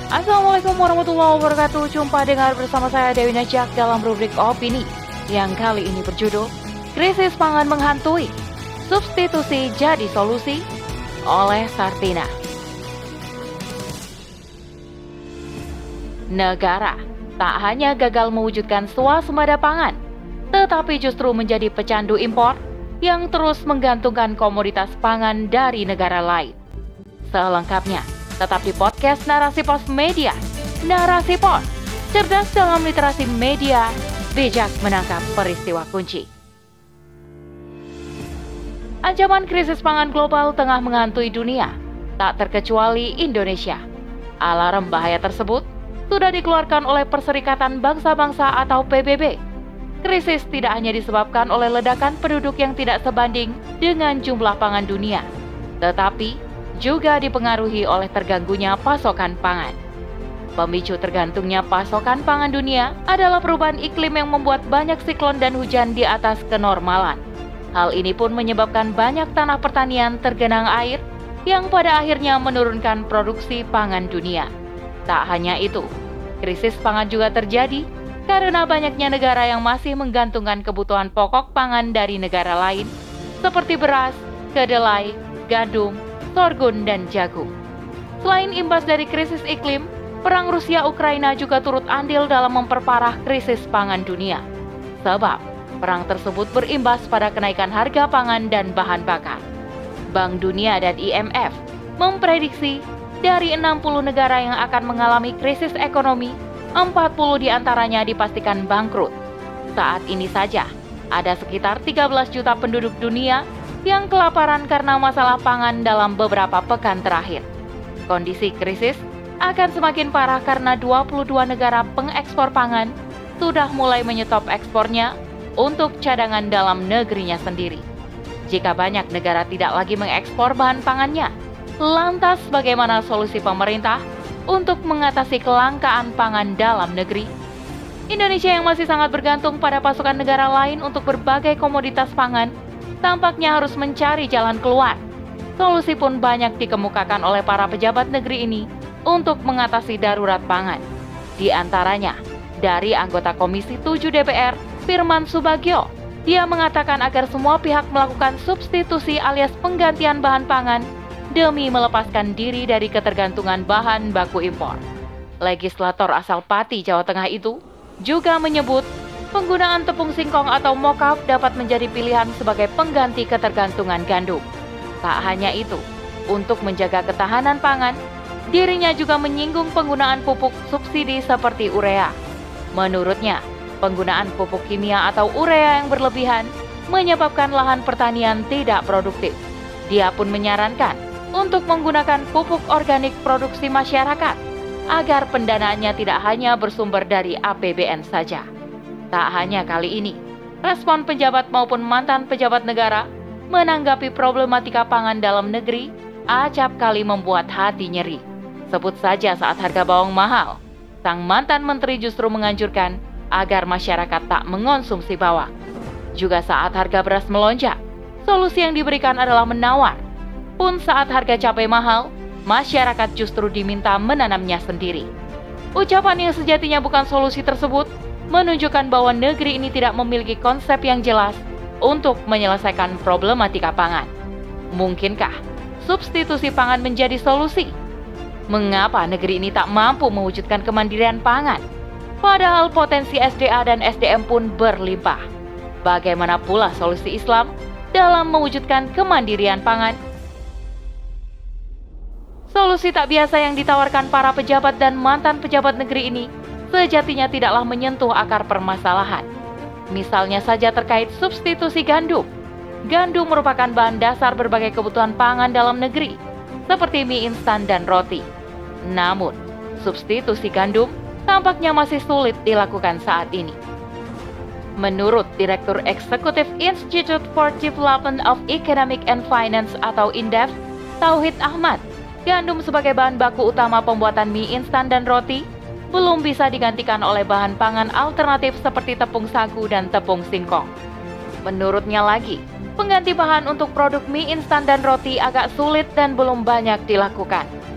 Assalamualaikum warahmatullahi wabarakatuh. Jumpa dengar bersama saya Dewi Najak dalam rubrik opini yang kali ini berjudul Krisis Pangan Menghantui, Substitusi Jadi Solusi oleh Sartina. Negara tak hanya gagal mewujudkan swasembada pangan, tetapi justru menjadi pecandu impor yang terus menggantungkan komoditas pangan dari negara lain. Selengkapnya tetap di podcast Narasi Pos Media. Narasi Pos, cerdas dalam literasi media, bijak menangkap peristiwa kunci. Ancaman krisis pangan global tengah menghantui dunia, tak terkecuali Indonesia. Alarm bahaya tersebut sudah dikeluarkan oleh Perserikatan Bangsa-Bangsa atau PBB. Krisis tidak hanya disebabkan oleh ledakan penduduk yang tidak sebanding dengan jumlah pangan dunia, tetapi juga dipengaruhi oleh terganggunya pasokan pangan. Pemicu tergantungnya pasokan pangan dunia adalah perubahan iklim yang membuat banyak siklon dan hujan di atas kenormalan. Hal ini pun menyebabkan banyak tanah pertanian tergenang air yang pada akhirnya menurunkan produksi pangan dunia. Tak hanya itu, krisis pangan juga terjadi karena banyaknya negara yang masih menggantungkan kebutuhan pokok pangan dari negara lain seperti beras, kedelai, gandum, sorghum, dan jagung. Selain imbas dari krisis iklim, perang Rusia-Ukraina juga turut andil dalam memperparah krisis pangan dunia. Sebab, perang tersebut berimbas pada kenaikan harga pangan dan bahan bakar. Bank Dunia dan IMF memprediksi dari 60 negara yang akan mengalami krisis ekonomi, 40 diantaranya dipastikan bangkrut. Saat ini saja, ada sekitar 13 juta penduduk dunia yang kelaparan karena masalah pangan dalam beberapa pekan terakhir. Kondisi krisis akan semakin parah karena 22 negara pengekspor pangan sudah mulai menyetop ekspornya untuk cadangan dalam negerinya sendiri. Jika banyak negara tidak lagi mengekspor bahan pangannya, lantas bagaimana solusi pemerintah untuk mengatasi kelangkaan pangan dalam negeri? Indonesia yang masih sangat bergantung pada pasokan negara lain untuk berbagai komoditas pangan tampaknya harus mencari jalan keluar. Solusi pun banyak dikemukakan oleh para pejabat negeri ini untuk mengatasi darurat pangan. Di antaranya, dari anggota Komisi 7 DPR, Firman Subagio, dia mengatakan agar semua pihak melakukan substitusi alias penggantian bahan pangan demi melepaskan diri dari ketergantungan bahan baku impor. Legislator asal Pati, Jawa Tengah itu juga menyebut penggunaan tepung singkong atau mokaf dapat menjadi pilihan sebagai pengganti ketergantungan gandum. Tak hanya itu, untuk menjaga ketahanan pangan, dirinya juga menyinggung penggunaan pupuk subsidi seperti urea. Menurutnya, penggunaan pupuk kimia atau urea yang berlebihan menyebabkan lahan pertanian tidak produktif. Dia pun menyarankan untuk menggunakan pupuk organik produksi masyarakat agar pendanaannya tidak hanya bersumber dari APBN saja. Tak hanya kali ini, respon pejabat maupun mantan pejabat negara menanggapi problematika pangan dalam negeri acap kali membuat hati nyeri. Sebut saja saat harga bawang mahal, sang mantan menteri justru menganjurkan agar masyarakat tak mengonsumsi bawang. Juga saat harga beras melonjak, solusi yang diberikan adalah menawar. Pun saat harga cabai mahal, masyarakat justru diminta menanamnya sendiri. Ucapan yang sejatinya bukan solusi tersebut menunjukkan bahwa negeri ini tidak memiliki konsep yang jelas untuk menyelesaikan problematika pangan. Mungkinkah substitusi pangan menjadi solusi? Mengapa negeri ini tak mampu mewujudkan kemandirian pangan? Padahal potensi SDA dan SDM pun berlimpah. Bagaimana pula solusi Islam dalam mewujudkan kemandirian pangan? Solusi tak biasa yang ditawarkan para pejabat dan mantan pejabat negeri ini sejatinya tidaklah menyentuh akar permasalahan. Misalnya saja terkait substitusi gandum. Gandum merupakan bahan dasar berbagai kebutuhan pangan dalam negeri, seperti mie instan dan roti. Namun, substitusi gandum tampaknya masih sulit dilakukan saat ini. Menurut Direktur Eksekutif Institute for Development of Economic and Finance atau INDEF, Tauhid Ahmad, gandum sebagai bahan baku utama pembuatan mie instan dan roti belum bisa digantikan oleh bahan pangan alternatif seperti tepung sagu dan tepung singkong. Menurutnya lagi, pengganti bahan untuk produk mie instan dan roti agak sulit dan belum banyak dilakukan.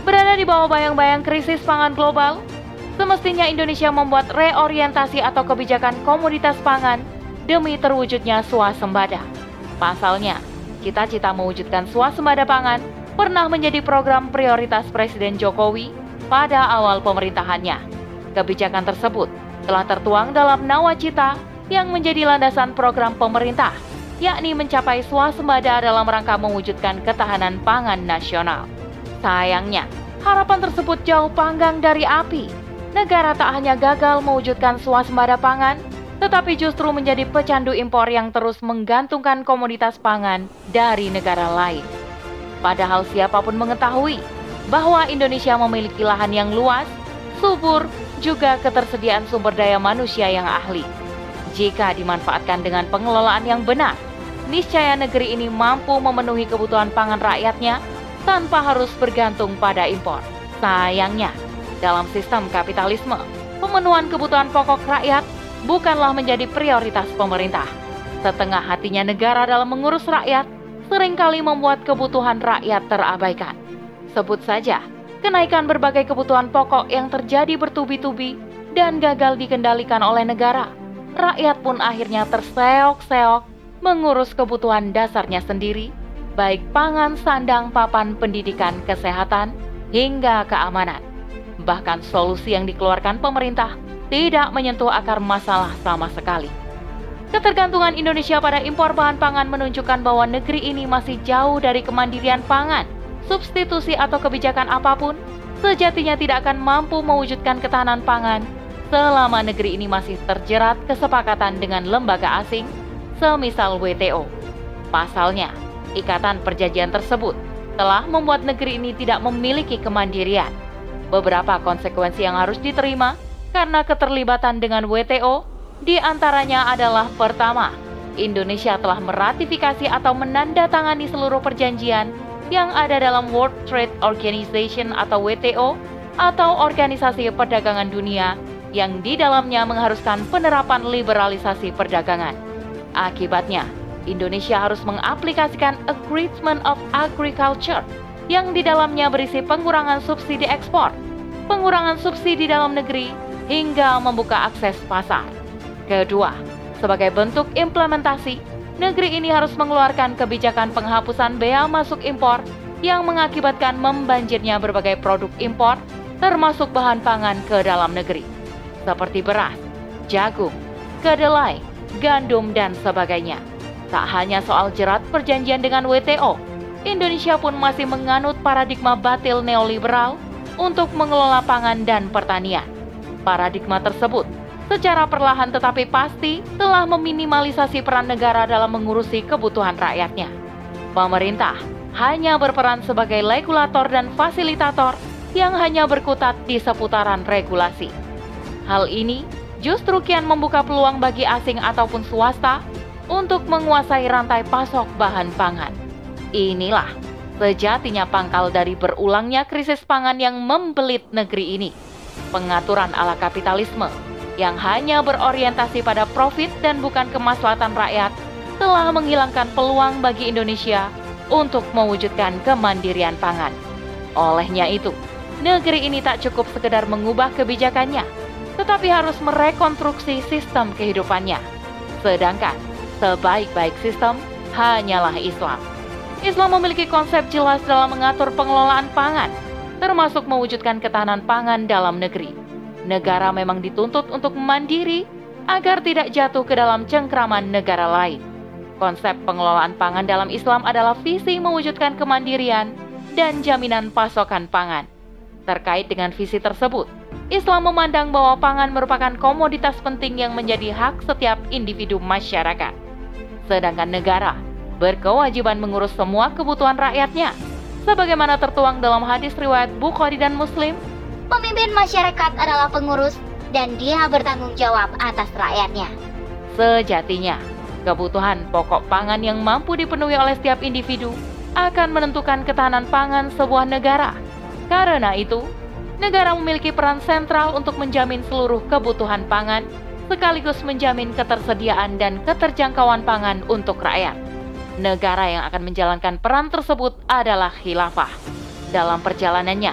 Berada di bawah bayang-bayang krisis pangan global, semestinya Indonesia membuat reorientasi atau kebijakan komoditas pangan demi terwujudnya swasembada. Pasalnya, cita-cita mewujudkan swasembada pangan pernah menjadi program prioritas Presiden Jokowi pada awal pemerintahannya. Kebijakan tersebut telah tertuang dalam nawacita yang menjadi landasan program pemerintah, yakni mencapai swasembada dalam rangka mewujudkan ketahanan pangan nasional. Sayangnya, harapan tersebut jauh panggang dari api. Negara tak hanya gagal mewujudkan swasembada pangan, tetapi justru menjadi pecandu impor yang terus menggantungkan komoditas pangan dari negara lain. Padahal siapapun mengetahui bahwa Indonesia memiliki lahan yang luas, subur, juga ketersediaan sumber daya manusia yang ahli. Jika dimanfaatkan dengan pengelolaan yang benar, niscaya negeri ini mampu memenuhi kebutuhan pangan rakyatnya tanpa harus bergantung pada impor. Sayangnya, dalam sistem kapitalisme, pemenuhan kebutuhan pokok rakyat bukanlah menjadi prioritas pemerintah. Setengah hatinya negara dalam mengurus rakyat seringkali membuat kebutuhan rakyat terabaikan. Sebut saja, kenaikan berbagai kebutuhan pokok yang terjadi bertubi-tubi dan gagal dikendalikan oleh negara. Rakyat pun akhirnya terseok-seok mengurus kebutuhan dasarnya sendiri, baik pangan, sandang, papan, pendidikan, kesehatan, hingga keamanan. Bahkan solusi yang dikeluarkan pemerintah tidak menyentuh akar masalah sama sekali. Ketergantungan Indonesia pada impor bahan pangan menunjukkan bahwa negeri ini masih jauh dari kemandirian pangan. Substitusi atau kebijakan apapun sejatinya tidak akan mampu mewujudkan ketahanan pangan selama negeri ini masih terjerat kesepakatan dengan lembaga asing, semisal WTO. Pasalnya, ikatan perjanjian tersebut telah membuat negeri ini tidak memiliki kemandirian. Beberapa konsekuensi yang harus diterima karena keterlibatan dengan WTO, di antaranya adalah pertama, Indonesia telah meratifikasi atau menandatangani seluruh perjanjian yang ada dalam World Trade Organization atau WTO atau Organisasi Perdagangan Dunia yang di dalamnya mengharuskan penerapan liberalisasi perdagangan. Akibatnya, Indonesia harus mengaplikasikan Agreement of Agriculture yang di dalamnya berisi pengurangan subsidi ekspor, pengurangan subsidi dalam negeri, hingga membuka akses pasar. Kedua, sebagai bentuk implementasi, negeri ini harus mengeluarkan kebijakan penghapusan bea masuk impor yang mengakibatkan membanjirnya berbagai produk impor, termasuk bahan pangan ke dalam negeri, seperti beras, jagung, kedelai, gandum, dan sebagainya. Tak hanya soal jerat perjanjian dengan WTO, Indonesia pun masih menganut paradigma batil neoliberal untuk mengelola pangan dan pertanian. Paradigma tersebut secara perlahan tetapi pasti telah meminimalisasi peran negara dalam mengurusi kebutuhan rakyatnya. Pemerintah hanya berperan sebagai regulator dan fasilitator yang hanya berkutat di seputaran regulasi. Hal ini justru kian membuka peluang bagi asing ataupun swasta untuk menguasai rantai pasok bahan pangan. Inilah sejatinya pangkal dari berulangnya krisis pangan yang membelit negeri ini. Pengaturan ala kapitalisme yang hanya berorientasi pada profit dan bukan kemaslahatan rakyat telah menghilangkan peluang bagi Indonesia untuk mewujudkan kemandirian pangan. Olehnya itu, negeri ini tak cukup sekedar mengubah kebijakannya, tetapi harus merekonstruksi sistem kehidupannya. Sedangkan sebaik-baik sistem hanyalah Islam. Islam memiliki konsep jelas dalam mengatur pengelolaan pangan, termasuk mewujudkan ketahanan pangan dalam negeri. Negara memang dituntut untuk mandiri agar tidak jatuh ke dalam cengkraman negara lain. Konsep pengelolaan pangan dalam Islam adalah visi mewujudkan kemandirian dan jaminan pasokan pangan. Terkait dengan visi tersebut, Islam memandang bahwa pangan merupakan komoditas penting yang menjadi hak setiap individu masyarakat. Sedangkan negara berkewajiban mengurus semua kebutuhan rakyatnya, sebagaimana tertuang dalam hadis riwayat Bukhari dan Muslim. Pemimpin masyarakat adalah pengurus dan dia bertanggung jawab atas rakyatnya. Sejatinya, kebutuhan pokok pangan yang mampu dipenuhi oleh setiap individu akan menentukan ketahanan pangan sebuah negara. Karena itu, negara memiliki peran sentral untuk menjamin seluruh kebutuhan pangan, sekaligus menjamin ketersediaan dan keterjangkauan pangan untuk rakyat. Negara yang akan menjalankan peran tersebut adalah khilafah. Dalam perjalanannya,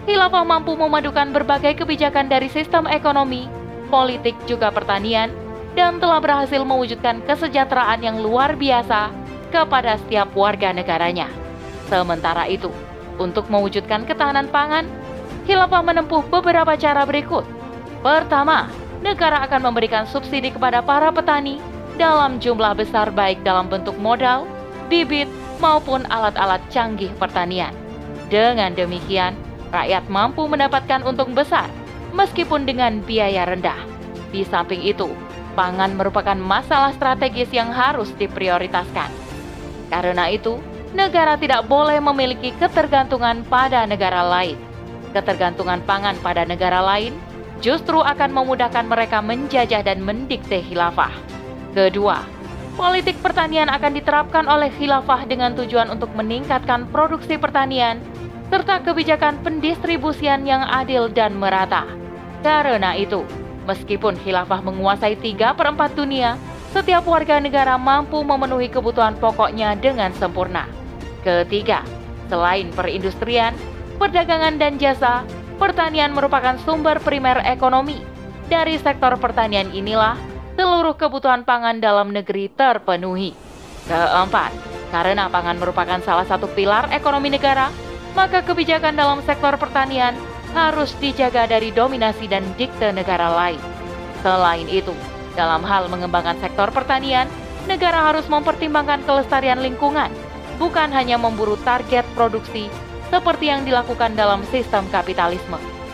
khilafah mampu memadukan berbagai kebijakan dari sistem ekonomi, politik juga pertanian, dan telah berhasil mewujudkan kesejahteraan yang luar biasa kepada setiap warga negaranya. Sementara itu, untuk mewujudkan ketahanan pangan, khilafah menempuh beberapa cara berikut. Pertama, negara akan memberikan subsidi kepada para petani dalam jumlah besar baik dalam bentuk modal, bibit, maupun alat-alat canggih pertanian. Dengan demikian, rakyat mampu mendapatkan untung besar meskipun dengan biaya rendah. Di samping itu, pangan merupakan masalah strategis yang harus diprioritaskan. Karena itu, negara tidak boleh memiliki ketergantungan pada negara lain. Ketergantungan pangan pada negara lain justru akan memudahkan mereka menjajah dan mendikte khilafah. Kedua, politik pertanian akan diterapkan oleh khilafah dengan tujuan untuk meningkatkan produksi pertanian serta kebijakan pendistribusian yang adil dan merata. Karena itu, meskipun khilafah menguasai 3/4 dunia, setiap warga negara mampu memenuhi kebutuhan pokoknya dengan sempurna. Ketiga, selain perindustrian, perdagangan dan jasa, pertanian merupakan sumber primer ekonomi. Dari sektor pertanian inilah seluruh kebutuhan pangan dalam negeri terpenuhi. Keempat, karena pangan merupakan salah satu pilar ekonomi negara, maka kebijakan dalam sektor pertanian harus dijaga dari dominasi dan dikte negara lain. Selain itu, dalam hal mengembangkan sektor pertanian, negara harus mempertimbangkan kelestarian lingkungan, bukan hanya memburu target produksi seperti yang dilakukan dalam sistem kapitalisme.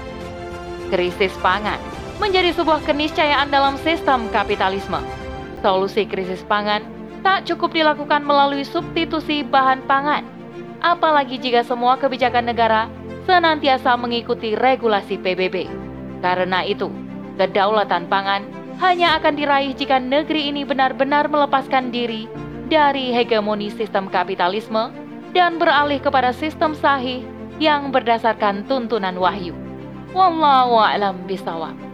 Krisis pangan menjadi sebuah keniscayaan dalam sistem kapitalisme. Solusi krisis pangan tak cukup dilakukan melalui substitusi bahan pangan, apalagi jika semua kebijakan negara senantiasa mengikuti regulasi PBB. Karena itu, kedaulatan pangan hanya akan diraih jika negeri ini benar-benar melepaskan diri dari hegemoni sistem kapitalisme dan beralih kepada sistem sahih yang berdasarkan tuntunan wahyu. Wallahu a'lam bishawab.